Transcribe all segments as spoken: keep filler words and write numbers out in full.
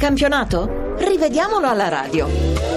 campionato? Rivediamolo alla radio.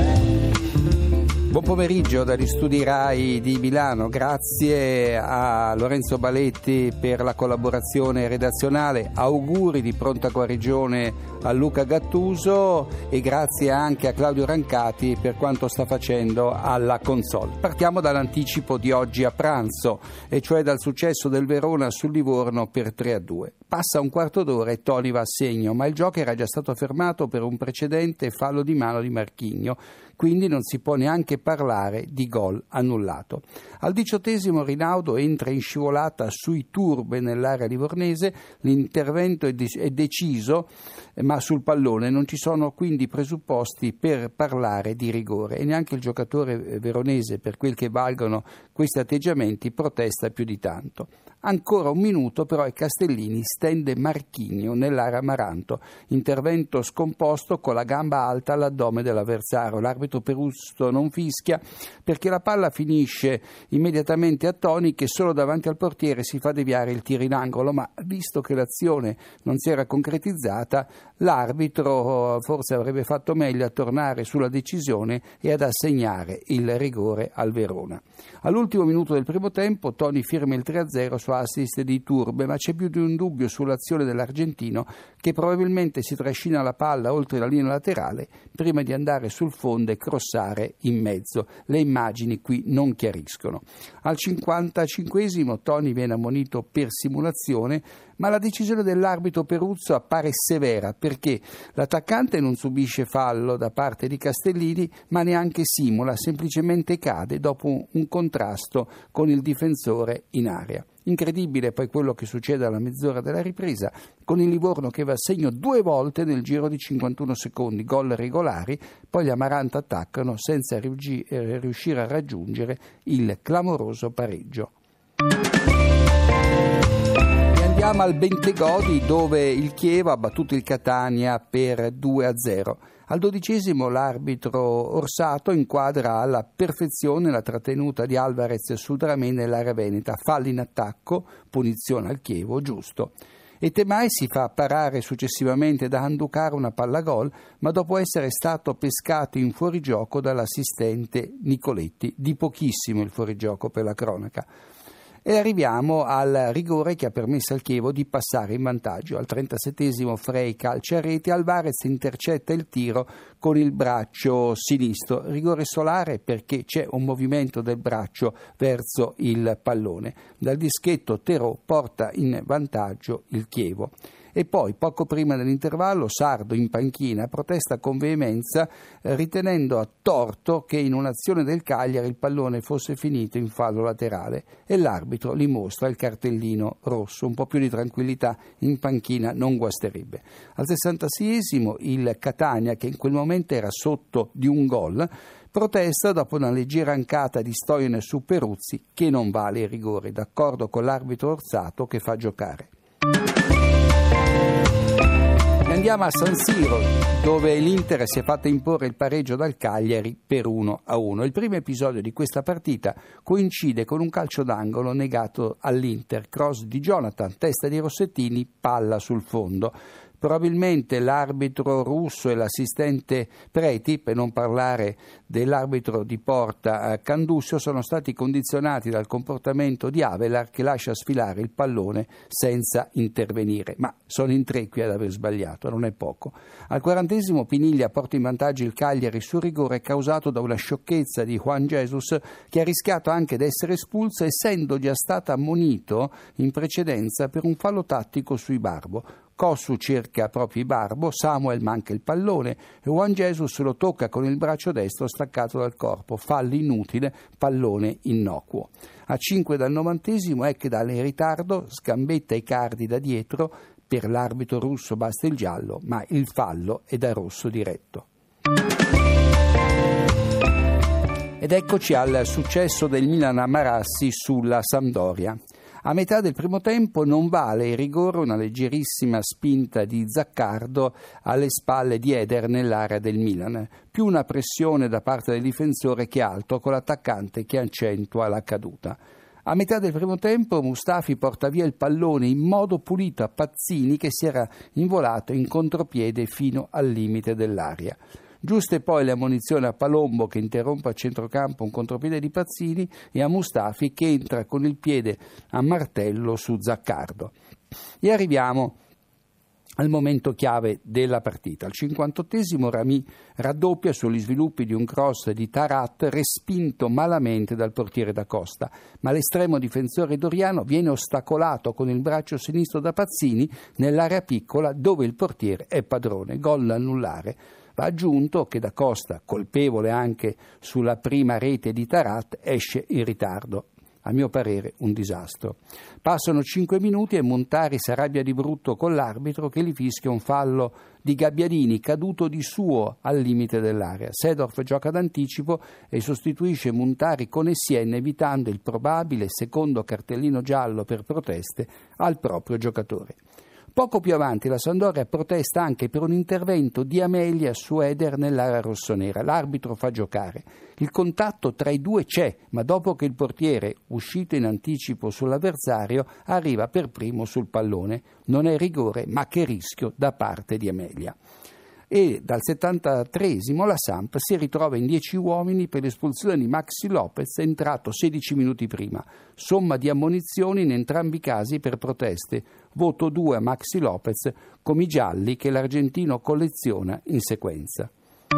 Buon pomeriggio dagli studi Rai di Milano, grazie a Lorenzo Baletti per la collaborazione redazionale, auguri di pronta guarigione a Luca Gattuso e grazie anche a Claudio Rancati per quanto sta facendo alla console. Partiamo dall'anticipo di oggi a pranzo, e cioè dal successo del Verona sul Livorno per tre a due. Passa un quarto d'ora e Toni va a segno, ma il gioco era già stato fermato per un precedente fallo di mano di Marchinio, quindi non si può neanche parlare di gol annullato. Al diciottesimo Rinaudo entra in scivolata sui turbe nell'area livornese, l'intervento è, de- è deciso ma sul pallone non ci sono quindi presupposti per parlare di rigore e neanche il giocatore veronese, per quel che valgono questi atteggiamenti, protesta più di tanto. Ancora un minuto però e Castellini stende Marchinio nell'area Amaranto, intervento scomposto con la gamba alta all'addome dell'avversario. L'arbitro Peruzzo non fischia perché la palla finisce immediatamente a Toni, che solo davanti al portiere si fa deviare il tiro in angolo, ma visto che l'azione non si era concretizzata, l'arbitro forse avrebbe fatto meglio a tornare sulla decisione e ad assegnare il rigore al Verona. All'ultimo minuto del primo tempo Toni firma il tre a zero su assist di Turbe, ma c'è più di un dubbio sull'azione dell'argentino, che probabilmente si trascina la palla oltre la linea laterale prima di andare sul fondo e crossare in mezzo. Le immagini qui non chiariscono. Al cinquantacinquesimo Toni viene ammonito per simulazione, ma la decisione dell'arbitro Peruzzo appare severa perché l'attaccante non subisce fallo da parte di Castellini, ma neanche simula, semplicemente cade dopo un contrasto con il difensore in area. Incredibile poi quello che succede alla mezz'ora della ripresa, con il Livorno che va a segno due volte nel giro di cinquantuno secondi, gol regolari, poi gli Amaranto attaccano senza riuscire a raggiungere il clamoroso pareggio. Andiamo al Bentegodi, dove il Chievo ha battuto il Catania per due a zero. Al dodicesimo l'arbitro Orsato inquadra alla perfezione la trattenuta di Alvarez su Dramé nell'area veneta, fallo in attacco, punizione al Chievo, giusto. E Temai si fa parare successivamente da Anducar una palla gol, ma dopo essere stato pescato in fuorigioco dall'assistente Nicoletti, di pochissimo il fuorigioco per la cronaca. E arriviamo al rigore che ha permesso al Chievo di passare in vantaggio. Al trentasettesimo Frey calcia a rete, Alvarez intercetta il tiro con il braccio sinistro. Rigore solare perché c'è un movimento del braccio verso il pallone. Dal dischetto Terò porta in vantaggio il Chievo. E poi, poco prima dell'intervallo, Sardo in panchina protesta con veemenza, ritenendo a torto che in un'azione del Cagliari il pallone fosse finito in fallo laterale, e l'arbitro gli mostra il cartellino rosso. Un po' più di tranquillità in panchina non guasterebbe. Al sessantaseiesimo il Catania, che in quel momento era sotto di un gol, protesta dopo una leggera ancata di Stojan su Peruzzi, che non vale il rigore, d'accordo con l'arbitro Orsato che fa giocare. Andiamo a San Siro, dove l'Inter si è fatta imporre il pareggio dal Cagliari per uno a uno. Il primo episodio di questa partita coincide con un calcio d'angolo negato all'Inter, cross di Jonathan, testa di Rossettini, palla sul fondo. Probabilmente l'arbitro russo e l'assistente Preti, per non parlare dell'arbitro di porta Canduccio, sono stati condizionati dal comportamento di Avelar, che lascia sfilare il pallone senza intervenire, ma sono in tre qui ad aver sbagliato, non è poco. Al quarantesimo Piniglia porta in vantaggio il Cagliari su rigore causato da una sciocchezza di Juan Jesus, che ha rischiato anche di essere espulso, essendo già stato ammonito in precedenza per un fallo tattico su Ibarbo. Cossu cerca proprio Ibarbo, Samuel manca il pallone e Juan Jesus lo tocca con il braccio destro staccato dal corpo, fallo inutile, pallone innocuo. A cinque dal novantesimo Ekdal in ritardo, scambetta Icardi da dietro, per l'arbitro russo basta il giallo, ma il fallo è da rosso diretto. Ed eccoci al successo del Milan a Marassi sulla Sampdoria. A metà del primo tempo non vale il rigore una leggerissima spinta di Zaccardo alle spalle di Eder nell'area del Milan, più una pressione da parte del difensore che altro, con l'attaccante che accentua la caduta. A metà del primo tempo Mustafi porta via il pallone in modo pulito a Pazzini, che si era involato in contropiede fino al limite dell'area. Giuste poi le ammonizioni a Palombo, che interrompe a centrocampo un contropiede di Pazzini, e a Mustafi, che entra con il piede a martello su Zaccardo. E arriviamo al momento chiave della partita. Al cinquantottesimo Rami raddoppia sugli sviluppi di un cross di Tarat respinto malamente dal portiere da Costa, ma l'estremo difensore doriano viene ostacolato con il braccio sinistro da Pazzini nell'area piccola dove il portiere è padrone. Gol da annullare. Va aggiunto che da Costa, colpevole anche sulla prima rete di Tarat, esce in ritardo. A mio parere un disastro. Passano cinque minuti e Montari si arrabbia di brutto con l'arbitro, che gli fischia un fallo di Gabbiadini caduto di suo al limite dell'area. Seedorf gioca d'anticipo e sostituisce Montari con Essien, evitando il probabile secondo cartellino giallo per proteste al proprio giocatore. Poco più avanti la Sampdoria protesta anche per un intervento di Amelia su Eder nell'area rossonera. L'arbitro fa giocare. Il contatto tra i due c'è, ma dopo che il portiere, uscito in anticipo sull'avversario, arriva per primo sul pallone. Non è rigore, ma che rischio da parte di Amelia. E dal settantatreesimo la Samp si ritrova in dieci uomini per l'espulsione di Maxi Lopez, entrato sedici minuti prima. Somma di ammonizioni in entrambi i casi per proteste. Voto due a Maxi Lopez, come i gialli che l'argentino colleziona in sequenza.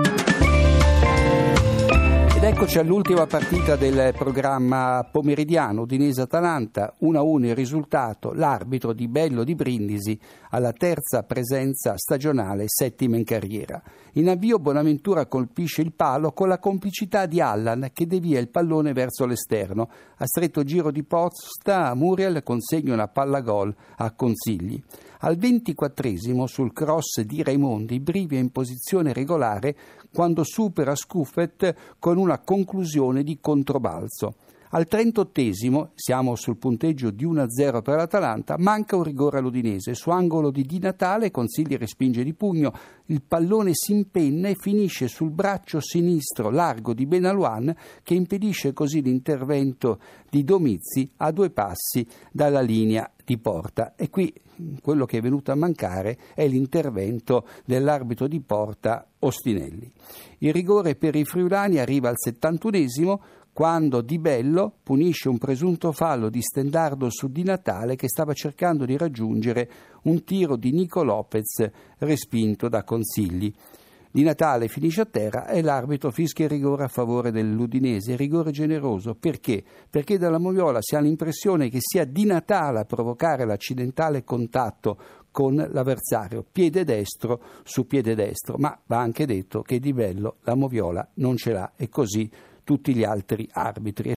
Ed eccoci all'ultima partita del programma pomeridiano, Udinese-Atalanta, uno a uno il risultato, l'arbitro Di Bello di Brindisi alla terza presenza stagionale, settima in carriera. In avvio Bonaventura colpisce il palo con la complicità di Allan, che devia il pallone verso l'esterno. A stretto giro di posta Muriel consegna una palla gol a Consigli. Al ventiquattresimo sul cross di Raimondi Brivi è in posizione regolare quando supera Scuffet con una conclusione di controbalzo. Al trentottesimo, siamo sul punteggio di uno a zero per l'Atalanta, manca un rigore all'Udinese. Su angolo di Di Natale, Consigli respinge di pugno, il pallone si impenna e finisce sul braccio sinistro largo di Benaluan, che impedisce così l'intervento di Domizzi a due passi dalla linea di porta. E qui quello che è venuto a mancare è l'intervento dell'arbitro di porta Ostinelli. Il rigore per i friulani arriva al settantunesimo, quando Di Bello punisce un presunto fallo di Stendardo su Di Natale, che stava cercando di raggiungere un tiro di Nico Lopez respinto da Consigli. Di Natale finisce a terra e l'arbitro fischia il rigore a favore dell'Udinese, rigore generoso. Perché? Perché dalla Moviola si ha l'impressione che sia Di Natale a provocare l'accidentale contatto con l'avversario, piede destro su piede destro, ma va anche detto che Di Bello la Moviola non ce l'ha, e così tutti gli altri arbitri.